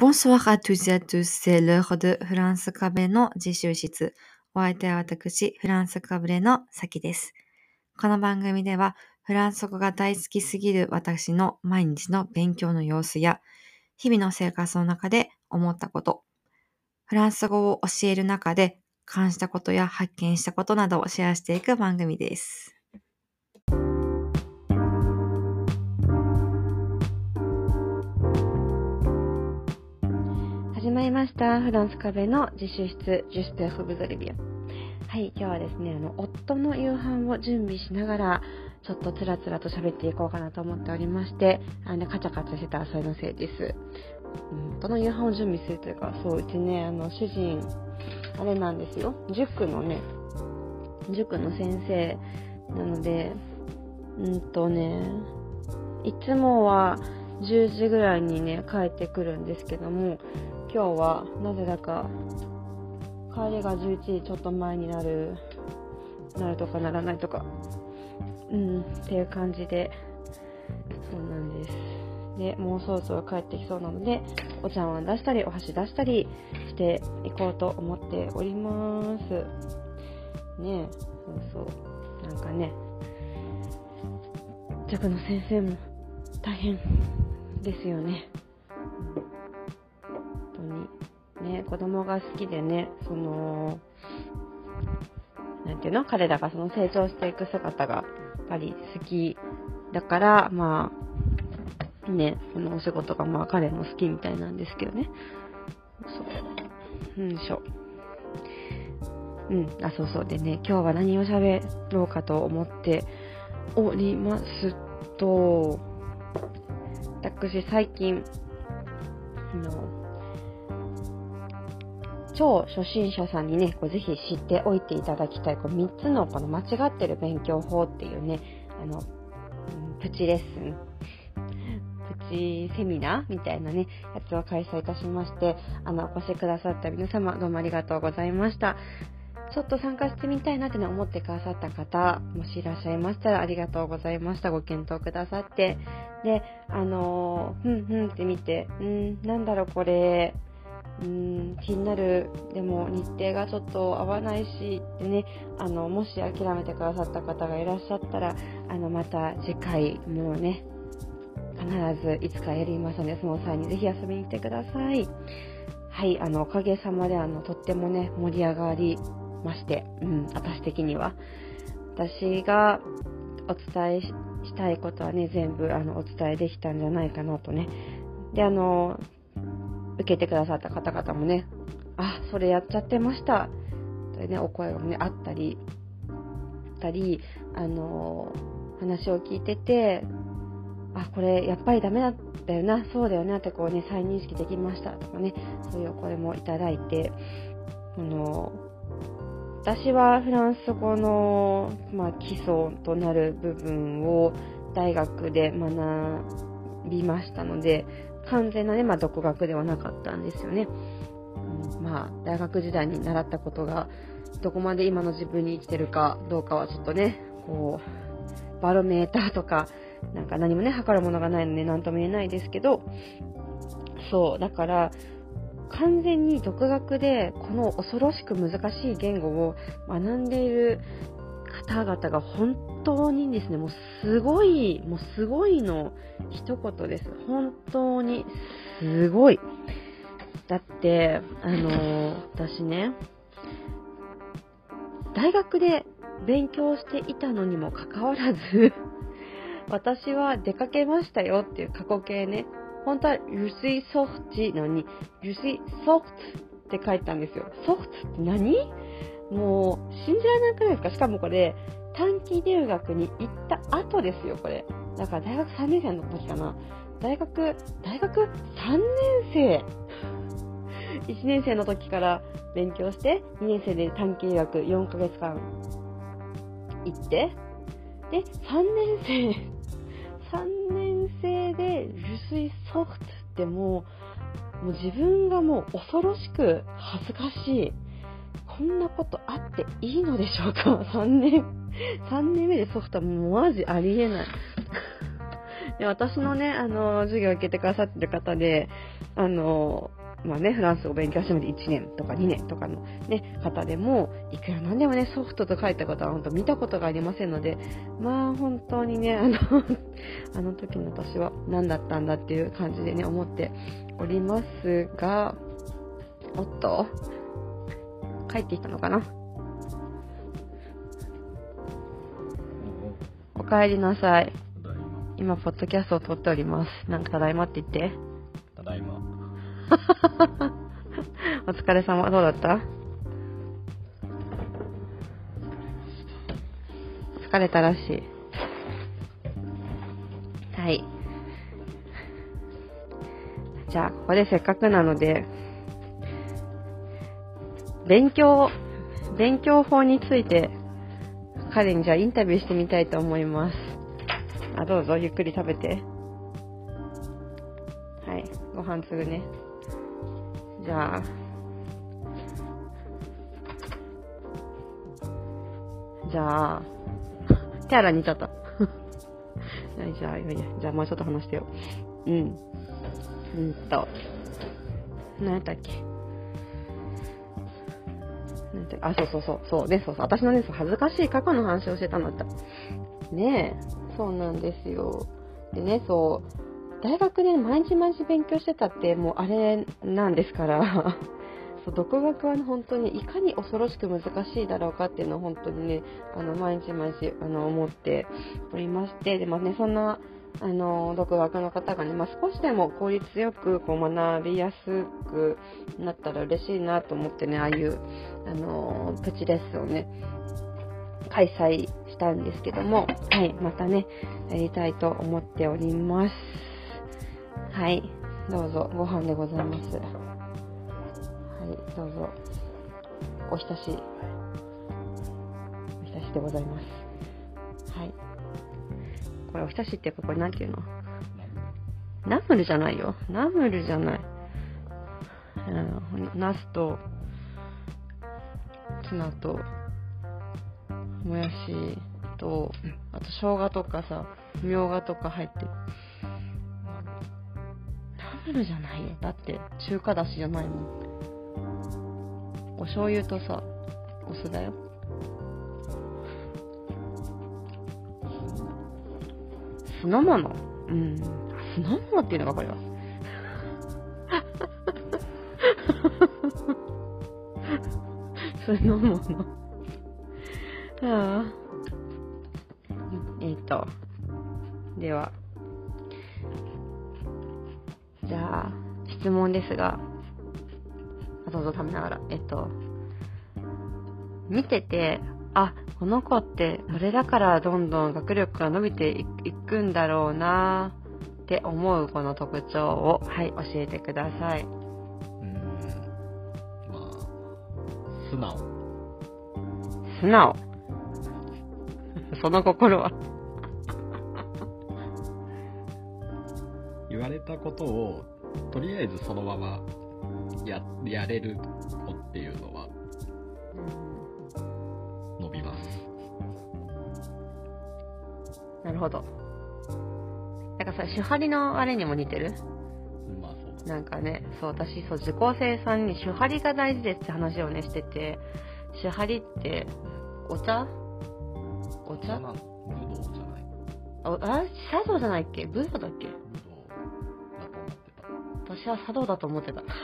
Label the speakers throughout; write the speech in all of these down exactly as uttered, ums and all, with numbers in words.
Speaker 1: Bonsoir à tous et à tous, c'est l'heure de フランスかぶれの自習室。お相手は私、フランスかぶれのさきです。この番組では、フランス語が大好きすぎる私の毎日の勉強の様子や、日々の生活の中で思ったこと、フランス語を教える中で感じたことや発見したことなどをシェアしていく番組です。
Speaker 2: 始まりました。フランスカフェの自習室、ジュスペフブゾリビア。はい、今日はですね、あの、夫の夕飯を準備しながら、ちょっとつらつらと喋っていこうかなと思っておりまして、あの、カチャカチャしてたらそれのせいです。うん、夫の夕飯を準備するというか、そう、うちね、あの、主人、あれなんですよ。塾のね、塾の先生なので、うんとね、いつもはじゅうじぐらいにね、帰ってくるんですけども、今日はなぜだか帰りがじゅういちじちょっと前になるなるとかならないとかうんっていう感じで、そうなんです。で、もうそろそろ帰ってきそうなので、お茶碗出したりお箸出したりしていこうと思っておりますね。えそうそうなんかね、塾の先生も大変ですよね。ね、子供が好きでね、そのなんていうの、彼らがその成長していく姿がやっぱり好きだから、まあね、このお仕事がまあ彼の好きみたいなんですけどね。そう、うんしょ。うん、あ、そうそうでね、今日は何を喋ろうかと思っておりますと、私最近あの超初心者さんにね、こうぜひ知っておいていただきたいこうみっつのこの間違ってる勉強法っていうね、あの、うん、プチレッスン、プチセミナーみたいなね、やつを開催いたしまして、あの、お越しくださった皆様どうもありがとうございました。ちょっと参加してみたいなって、ね、思ってくださった方、もしいらっしゃいましたらありがとうございました。ご検討くださって。で、あのー、ふんふんって見て、んー、なんだろうこれ、うーん気になる、でも日程がちょっと合わないしってね、あのもし諦めてくださった方がいらっしゃったら、あのまた次回もうね必ずいつかやりますので、その際にぜひ遊びに来てください。はい、あのおかげさまであのとってもね盛り上がりまして、うん、私的には私がお伝えしたいことはね全部あのお伝えできたんじゃないかなとね。で、あの受けてくださった方々もね、あ、それやっちゃってましたというね、お声がねあったりたり、あの話を聞いてて、あ、これやっぱりダメだったよな、そうだよなってこうね再認識できましたとかね、そういうお声もいただいて、あの私はフランス語の、まあ、基礎となる部分を大学で学びましたので、完全なね、まあ、独学ではなかったんですよね。うん、まあ、大学時代に習ったことがどこまで今の自分に生きてるかどうかはちょっとね、こうバロメーターとかなんか何もね測るものがないので何とも言えないですけど、そうだから完全に独学でこの恐ろしく難しい言語を学んでいる方々が本当にですね、もうすごい、もうすごいの一言です。本当にすごい。だって、あのー、私ね、大学で勉強していたのにもかかわらず、私は出かけましたよっていう過去形ね、本当は Je suis sorti なのに Je suis sorti って書いたんですよ。sorti って何？もう信じられなくないですか？しかもこれ短期留学に行った後ですよ、これ。だから大学さんねん生の時かな。大学、大学さんねん生。いちねん生の時から勉強して、にねん生で短期留学よんかげつかん行って、で、さんねん生、さんねん生で Je suis sorti ってもう、もう自分がもう恐ろしく恥ずかしい。こんなことあっていいのでしょうか？ さん 年、さんねんめでソフトはマジありえない。 で、私のね、あの、授業を受けてくださってる方で、あの、まあね、フランス語を勉強してみていちねんとかにねんとかのね、方でも、いくらなんでもね、ソフトと書いたことは本当見たことがありませんので、まあ本当にね、あの、あの時の私は何だったんだっていう感じでね、思っておりますが、おっと、帰ってきたのかな？お帰りなさい。今、ポッドキャストを撮っております。なんか、ただいまって言って。
Speaker 3: ただいま。
Speaker 2: お疲れ様。どうだった？疲れたらしい。はい。じゃあ、ここでせっかくなので、勉強、勉強法について、彼にじゃあインタビューしてみたいと思います。あ、どうぞ、ゆっくり食べて。はい、ご飯継ぐね。じゃあ、じゃあ、手洗いに行っちゃった。じゃあ、いやいや、じゃあもうちょっと話してよ。うん。うんと、何やったっけ。何やったっけ。あ、そうそうそう、そうね、そうそう、私のね、そう恥ずかしい過去の話をしてたんだった。ねえ、そうなんですよ。でね、そう、大学で毎日毎日勉強してたって、もうあれなんですから、そう独学は、ね、本当にいかに恐ろしく難しいだろうかっていうのを本当にね、あの毎日毎日あの思っておりまして、で、まあね、そんなあの独学の方がね、まあ、少しでも効率よくこう学びやすくなったら嬉しいなと思ってね、ああいうあのプチレッスンをね開催したんですけども、はい、またねやりたいと思っております。はい、どうぞご飯でございます。はい、どうぞおひたしおひたしでございます。はい、これおひたしってこれなんていうの？ナムルじゃないよ。ナムルじゃない。うん、ナスとツナともやしと、あと生姜とかさ、みょうがとか入ってる。ナムルじゃないよ。だって中華だしじゃないもん。お醤油とさ、お酢だよ。酢の物。うん。酢の物っていうのがこれは。酢の物。はあ。えーと。では。じゃあ、質問ですが。どうぞ食べながら。えっと。見てて、あ、この子ってこれだからどんどん学力が伸びていくんだろうなって思うこの特徴を、はい、教えてください。う
Speaker 3: ーん、まあ、素直。
Speaker 2: 素直。その心は
Speaker 3: 言われたことをとりあえずそのままや、やれる子っていうのは伸びます。
Speaker 2: なるほど。なんかさ、手張りのあれにも似てる？
Speaker 3: まあそう。
Speaker 2: なんかね、そう、私、そう、受講生さんに手張りが大事ですって話をね、してて、手張りって、お茶お茶
Speaker 3: なの？武道じゃない。
Speaker 2: あ、あ、茶道じゃないっけ？武道だっけ？
Speaker 3: 武道だと思ってた。
Speaker 2: 私は茶道だと思ってた。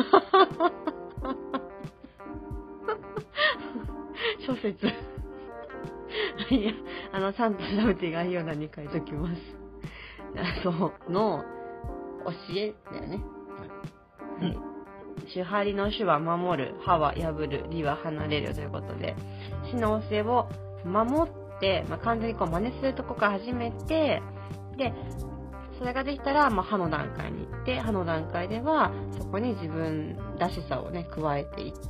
Speaker 2: 諸説。いや、あの、ちゃんと調べて概要欄に書いときます。そう、の教えだよね。はい。手張りの手は守る、歯は破る、理は離れるということで、死の教えを守って、まあ、完全にこう真似するとこから始めて、で、それができたら、まあ、歯の段階に行って、歯の段階では、そこに自分らしさをね、加えていって、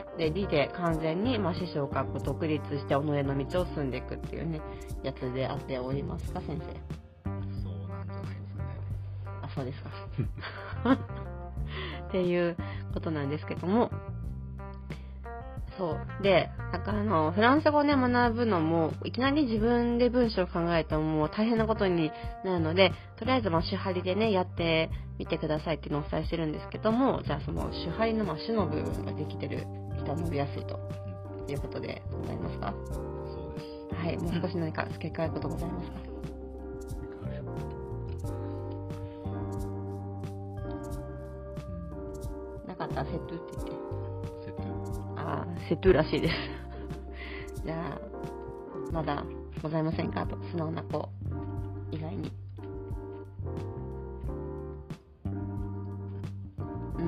Speaker 2: で、理で完全に、まあ、師匠からこう独立して、己の道を進んでいくっていうね、やつであっておりますか、先生。
Speaker 3: そうなんじゃないですかね。
Speaker 2: あ、そうですか。っていうことなんですけども、 そうで、なんかあのフランス語をね学ぶのもいきなり自分で文章を考えてももう大変なことになるので、とりあえずまあ手張りでねやってみてくださいっていうのをお伝えしてるんですけども、じゃあその手張りのまあ手の部分ができてる人は伸びやすいということでございますか。
Speaker 3: そうです。
Speaker 2: はい、もう少し何か付け加えることございますか。なかったらセトゥって言って。
Speaker 3: セトゥ。
Speaker 2: ああ、セトゥらしいです。じゃあ、まだございませんかと、素直な子以外に。うん。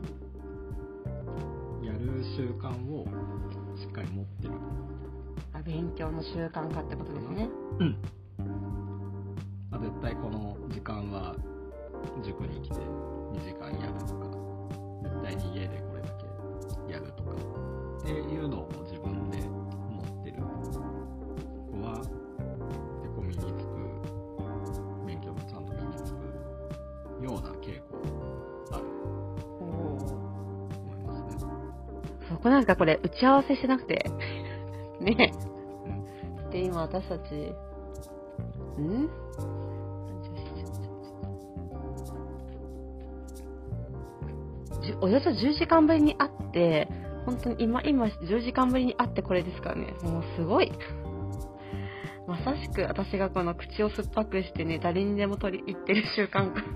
Speaker 3: やる習慣をしっかり持ってる。
Speaker 2: あ、勉強の習慣化ってことですね。
Speaker 3: うん。あ、絶対この時間は塾に来てにじかんやるとか、絶対に家でこれだけやるとかっていうのを自分で持ってる。ここは結構身につく、勉強もちゃんと身につくような傾向あると思いますね。
Speaker 2: そこなんかこれ打ち合わせしてなくてね
Speaker 3: うん、
Speaker 2: で今私たちんおよそじゅうじかんぶりに会って、本当に今今じゅうじかんぶりに会ってこれですからね。もうすごい。まさしく私がこの口を酸っぱくしてね、誰にでも取り入ってる習慣化。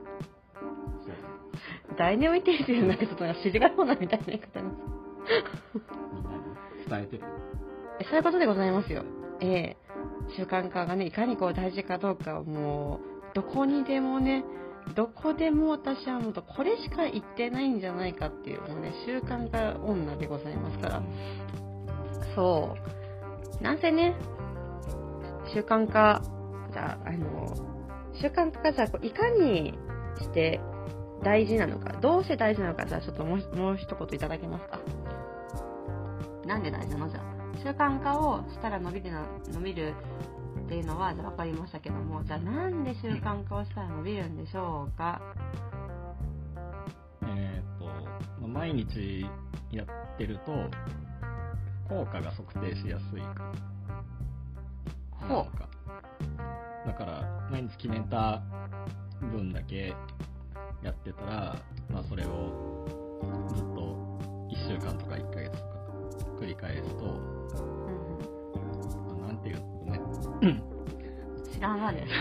Speaker 2: 誰にも言ってるっていうなんかちょっと知りがそうなみたいな言い方に。
Speaker 3: みんなに伝えてる。
Speaker 2: そういうことでございますよ。ええ習慣化がね、いかにこう大事かどうかはもう、どこにでもね、どこでも私はもうこれしか言ってないんじゃないかっていうもうね習慣化女でございますから。そうなんせね習慣化じゃああの習慣化がじゃあいかにして大事なのか、どうして大事なのか、じゃあちょっともうもう一言いただけますか。なんで大事なの。じゃあ習慣化をしたら伸びるの伸びるっていうのはじゃあ分かりましたけども、じゃあなんで習慣化をしたら伸びるんでしょうか。
Speaker 3: えっと毎日やってると効果が測定しやすいか
Speaker 2: ほう
Speaker 3: か。だから毎日決めた分だけやってたら、まあそれをずっといっしゅうかんとかいっかげつとか繰り返すと、うん、なんていうのね
Speaker 2: 知らんがね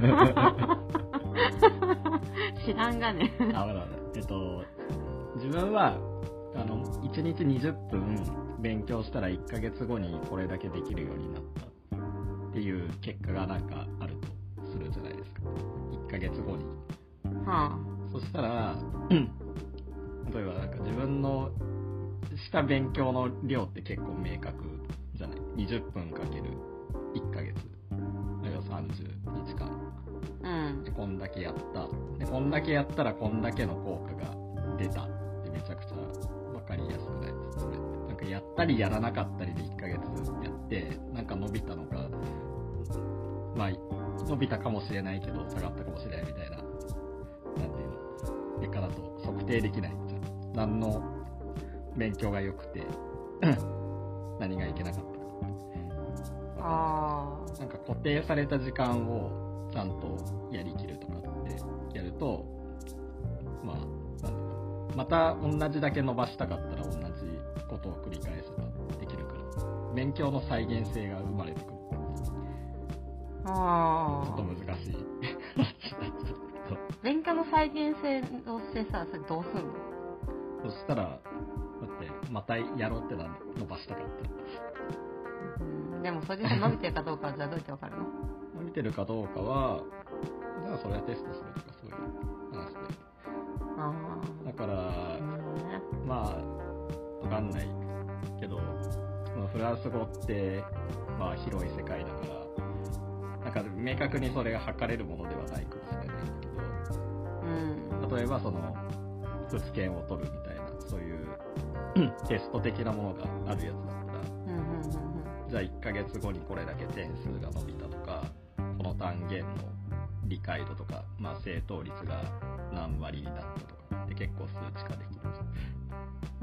Speaker 2: 知らんがね
Speaker 3: あ、まだえっと自分はあのいちにちにじゅっぷん勉強したらいっかげつごにこれだけできるようになったっていう結果がなんかあるとするじゃないですか。いっかげつごに、
Speaker 2: はあ、
Speaker 3: そしたら例えばなんか自分のした勉強の量って結構明確じゃない。にじゅっぷんかけるいっかげつだからさんじゅうにちかん、
Speaker 2: うん、
Speaker 3: でこんだけやったでこんだけやったらこんだけの効果が出たってめちゃくちゃ分かりやすくないですか。それってなんかやったりやらなかったりでいっかげつやってなんか伸びたのか、まあ伸びたかもしれないけど下がったかもしれないみたいな、なんていうの結果だと測定できないじゃん。何の勉強が良くて何がいけなかったか。
Speaker 2: あ
Speaker 3: なんか固定された時間をちゃんとやりきるとかってやると、まあなんだろう、また同じだけ伸ばしたかったら同じことを繰り返せばできるから、勉強の再現性が生まれてくる。
Speaker 2: あ
Speaker 3: ちょっと難しい
Speaker 2: 勉強の再現性をしてさ、それどうすんの。
Speaker 3: そしたらだってまたやろうってなんで伸ばしたかった。
Speaker 2: うん、でもそれで伸びてるかどうかはじゃあどうやってわかるの。
Speaker 3: 伸びてるかどうかはじゃあそれはテストするとかそういう話で。
Speaker 2: あ
Speaker 3: だから、
Speaker 2: ね、
Speaker 3: まあわかんないけど、そのフランス語ってまあ広い世界だからなんか明確にそれが測れるものではないかもしれないんだけど、
Speaker 2: うん、
Speaker 3: 例えばその物件を取るみたいなそういうテスト的なものがあるやつだったら、
Speaker 2: うんうんうんうん、
Speaker 3: じゃあいっかげつごにこれだけ点数が伸びたとか、この単元の理解度とか、まあ、正答率が何割になったとかって結構数値化できるじゃん。
Speaker 2: うん。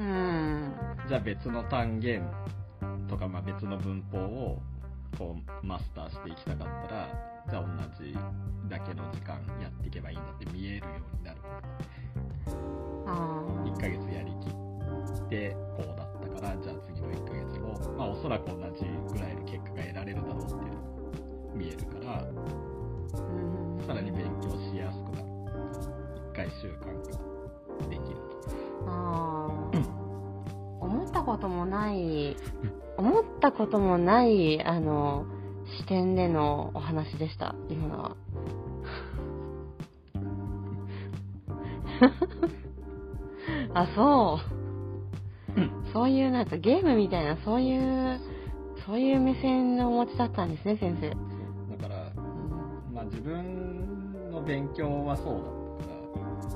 Speaker 3: じゃあ別の単元とか、まあ、別の文法をこうマスターしていきたかったら、じゃあ同じだけの時間やっていけばいいんだって見えるようになる。
Speaker 2: あ
Speaker 3: いっかげつやりきってこうだったから、じゃあ次のいっかげつも、まあ、おそらく同じぐらいの結果が得られるだろうっていうのが見えるから、
Speaker 2: うん、
Speaker 3: さらに勉強しやすくなる。いっかい習慣ができる。
Speaker 2: あ思ったこともない思ったこともないあの視点でのお話でした今のは。あ、そう、うん、そういうなんかゲームみたいなそういうそういう目線のお持ちだったんですね、先生。
Speaker 3: だから、まあ自分の勉強はそうだったから、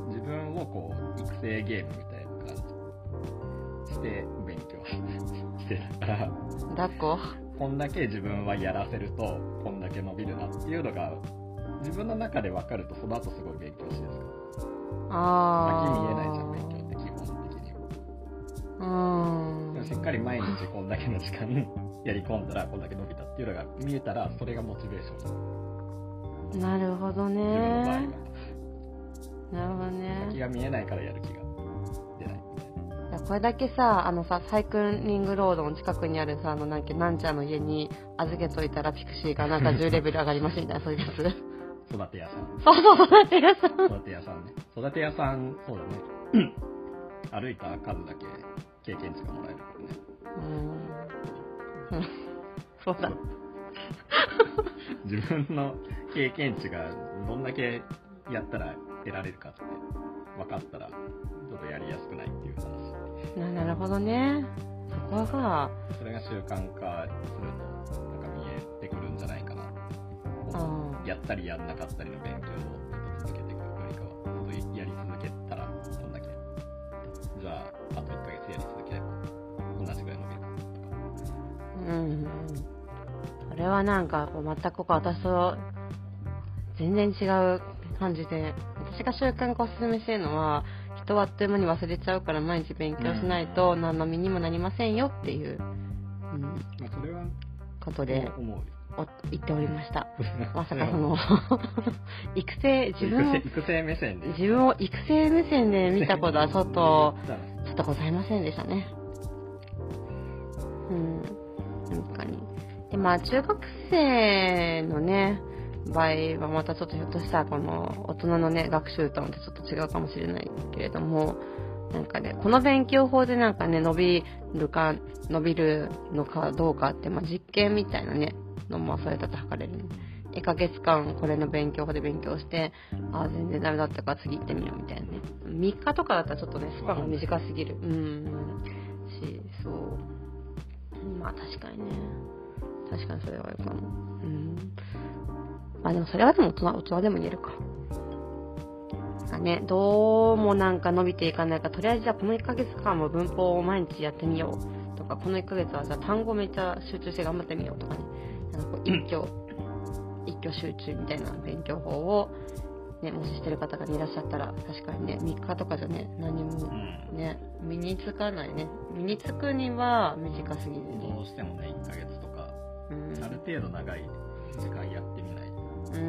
Speaker 3: 自分をこう育成ゲームみたいな感じして勉強してたから、
Speaker 2: 抱っこ
Speaker 3: こんだけ自分はやらせるとこんだけ伸びるなっていうのが自分の中で分かると、その後すごい勉強しやすくなる。
Speaker 2: あ
Speaker 3: 先見えないじゃん、勉強って基本的には。うん。でもしっかり毎日こんだけの時間やり込んだらこんだけ伸びたっていうのが見えたら、それがモチベーション。
Speaker 2: なるほどね。
Speaker 3: 自分の場合は。
Speaker 2: なるほどね。
Speaker 3: 先が見えないからやる気が出ない。
Speaker 2: いやこれだけさ、あのさ、サイクリングロードの近くにあるさ、あのなんかなんちゃんの家に預けといたらピクシーがなんかじゅうレベル上がりますみたいな、そういうやつ。
Speaker 3: 育て屋さん。
Speaker 2: そうそう、育て屋さん。
Speaker 3: 育て屋さんね。育て屋さん、そうだね。歩いた数だけ経験値がもらえるからね。
Speaker 2: うーん。そうだ。
Speaker 3: 自分の経験値がどんだけやったら得られるかって分かったら、ちょっとやりやすくないっていう話。
Speaker 2: な, なるほどね。そこが。
Speaker 3: それが習慣化すると、なんか見えてくるんじゃないかな。やったりやんなかったりの勉強を続けていくよりかは、やり続けたらこんだけ、じゃああといっかげつやり続ければ同じぐらい伸びるかとか。
Speaker 2: うんうん。それはなんかこう全く私と全然違う感じで、私が習慣化をお勧めしてるのは、人はあっという間に忘れちゃうから毎日勉強しないと何の身にもなりませんよっていう、うん、
Speaker 3: まあ、それは
Speaker 2: ことで
Speaker 3: 思うよ。
Speaker 2: 言っておりました。まさかその育成自分を
Speaker 3: 育成目線で
Speaker 2: 自分を育成目線で見たことはちょっとちょっとございませんでしたね。うん、確かに。でまあ中学生のね場合はまたちょっとひょっとしたらこの大人のね学習とはちょっと違うかもしれないけれども、なんかねこの勉強法でなんかね伸びるか伸びるのかどうかってまあ実験みたいなねのもそれだと測れる、ね、いっかげつかんこれの勉強法で勉強して、ああ全然ダメだったから次行ってみようみたいなね。みっかとかだったらちょっとねスパンが短すぎる。うんし、そうまあ確かにね、確かにそれはあるかも。うんまあでもそれはでも大人、大人でも言えるか。あね、どうもなんか伸びていかないか、とりあえずじゃあこのいっかげつかんも文法を毎日やってみようとか、このいっかげつはじゃあ単語めっちゃ集中して頑張ってみようとかね。なんかこう一挙、一挙集中みたいな勉強法を、ね、もししてる方がいらっしゃったら、確かにね、みっかとかじゃね、何もね、身につかないね。身につくには短すぎるね。
Speaker 3: どうしてもね、いっかげつとか、うん、ある程度長い時間やってみないと。
Speaker 2: うん、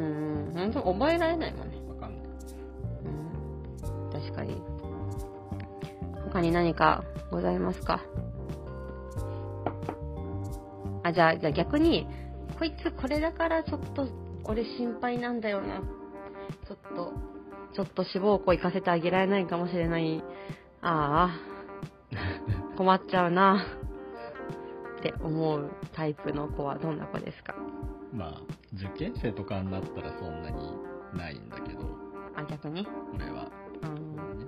Speaker 2: 本当覚えられないもんね。
Speaker 3: わかんない。
Speaker 2: うん、確かに。他に何かございますか？あ、じゃあ、じゃあ逆に、こいつこれだからちょっと俺心配なんだよな。ちょっと、ちょっと志望校行かせてあげられないかもしれない。ああ、困っちゃうな。って思うタイプの子はどんな子ですか？
Speaker 3: まあ、受験生とかになったらそんなにないんだけど。
Speaker 2: あ、逆に？
Speaker 3: 俺は。うん。ね、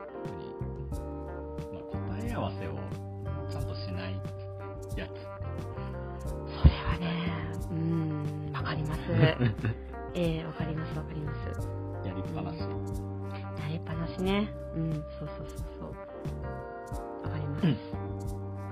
Speaker 3: まあ、答え合わせをちゃんとしないやつ。
Speaker 2: それはね、うーん、わかります。ええー、わかります、わかります。
Speaker 3: やりっぱなし。
Speaker 2: やりっぱなしね。うん、そうそうそうそう。わかります。うん、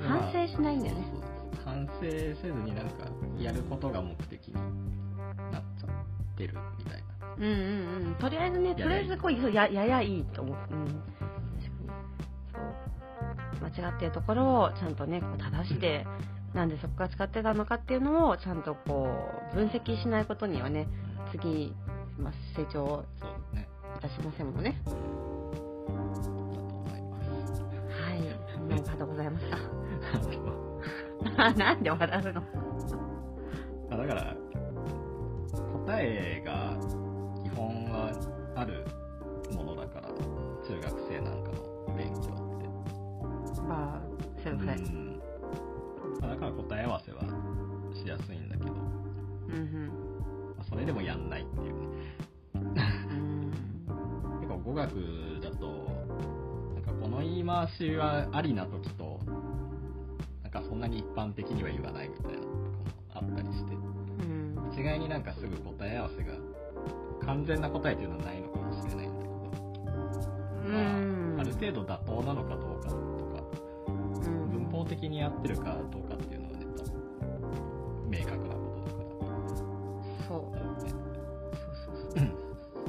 Speaker 2: 反省しないんだよね。
Speaker 3: 反省せずになんかやることが目的になっちゃってるみたいな。
Speaker 2: うんうんうん。とりあえずね、とりあえずこうやややいいと思う。うん。確かに。そう。 間違っているところをちゃんとねこう正して、なんでそこが使ってたのかっていうのをちゃんとこう分析しないことにはね、次、まあ、成長いたしませんもんね。はい、何かございますか？なんで笑うの？
Speaker 3: だから答えが基本はあるものだから、中学生なんかの勉強って。
Speaker 2: まあ、そうですね。
Speaker 3: うんだから答え合わせはしやすいんだけど、
Speaker 2: うんうん
Speaker 3: まあ、それでもやんないっていうね。
Speaker 2: うん
Speaker 3: 結構語学だとなんかこの言い回しはありな時と、なんかそんなに一般的には言わないみたいなとこもあったりして、
Speaker 2: うん
Speaker 3: 一概になんかすぐ答え合わせが完全な答えっていうのはないのかもしれないんだけど、
Speaker 2: うん
Speaker 3: まあ、ある程度妥当なのかどうかとか、文法的に合ってるかどうかっていうのはね、多分明確なことだから。
Speaker 2: そう
Speaker 3: ね、
Speaker 2: そうそうそう
Speaker 3: うん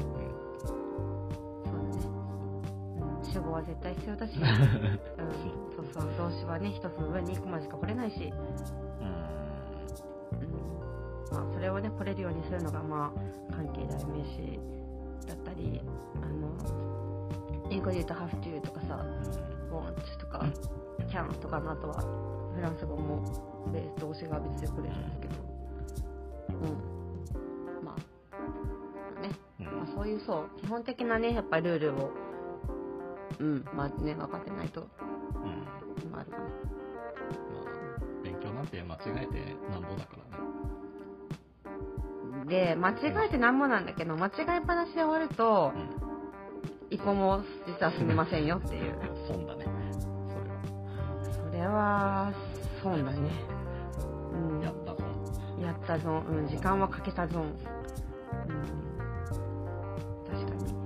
Speaker 2: そうだね、うん、主語は絶対必要だし、うん、そうそう動詞はね一つの上にいっこまでしか掘れないし、
Speaker 3: うん
Speaker 2: うんまあ、それをね掘れるようにするのがまあ関係代名詞だったり、あの英語で言うと have to とかさ、want とか can とかの後はフランス語も動詞が別で来れるんですけど、うんまあね、
Speaker 3: うん
Speaker 2: まあ、そういうそう基本的なねやっぱルールをうんまあね分かってないと、
Speaker 3: うん
Speaker 2: まあ、あるかな。
Speaker 3: まあ、勉強なんて間違えてなんぼだからね。
Speaker 2: で間違えてなんもなんだけど、間違いっぱなしで終わると
Speaker 3: うん
Speaker 2: 一個も実は済みませんよっていう
Speaker 3: 損だね。
Speaker 2: それは損だね、うん、
Speaker 3: やったぞ。
Speaker 2: やったぞ、うん、時間はかけたぞ、うん、確かに確かに確かに。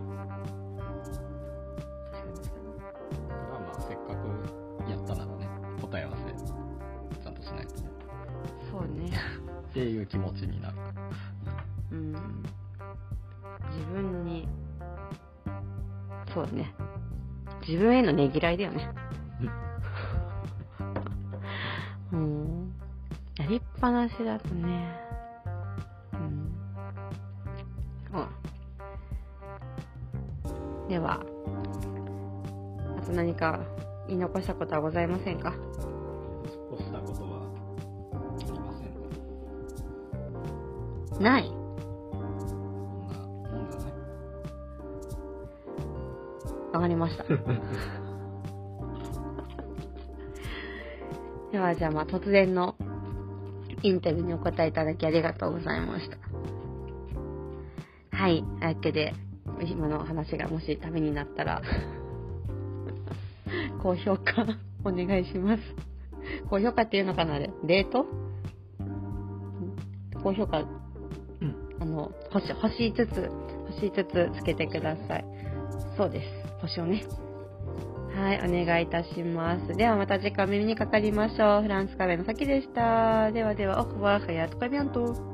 Speaker 3: だからまあせっかくやったならね、答え合わせちゃんとしないとね
Speaker 2: そうね
Speaker 3: っていう気持ちになる。
Speaker 2: うん自分にそうね自分へのねぎらいだよねうんやりっぱなしだとねうんうんではあと何か言い残したことはございませんか？
Speaker 3: こうしたことはありませんね。
Speaker 2: ない。
Speaker 3: こんなもんじゃない？
Speaker 2: わかりましたではじゃあまあ突然のインタビューにお答えいただきありがとうございました。はい、というわけで今の話がもしためになったら高評価お願いします。高評価っていうのかな、あれレート？高評価、うん、あの星星いつつ星いつつつけてください。そうです、星をね。はい、お願いいたします。ではまた次回お耳にかかりましょう。フランスカフェのさきでした。ではでは、オフワーハヤトカビアント。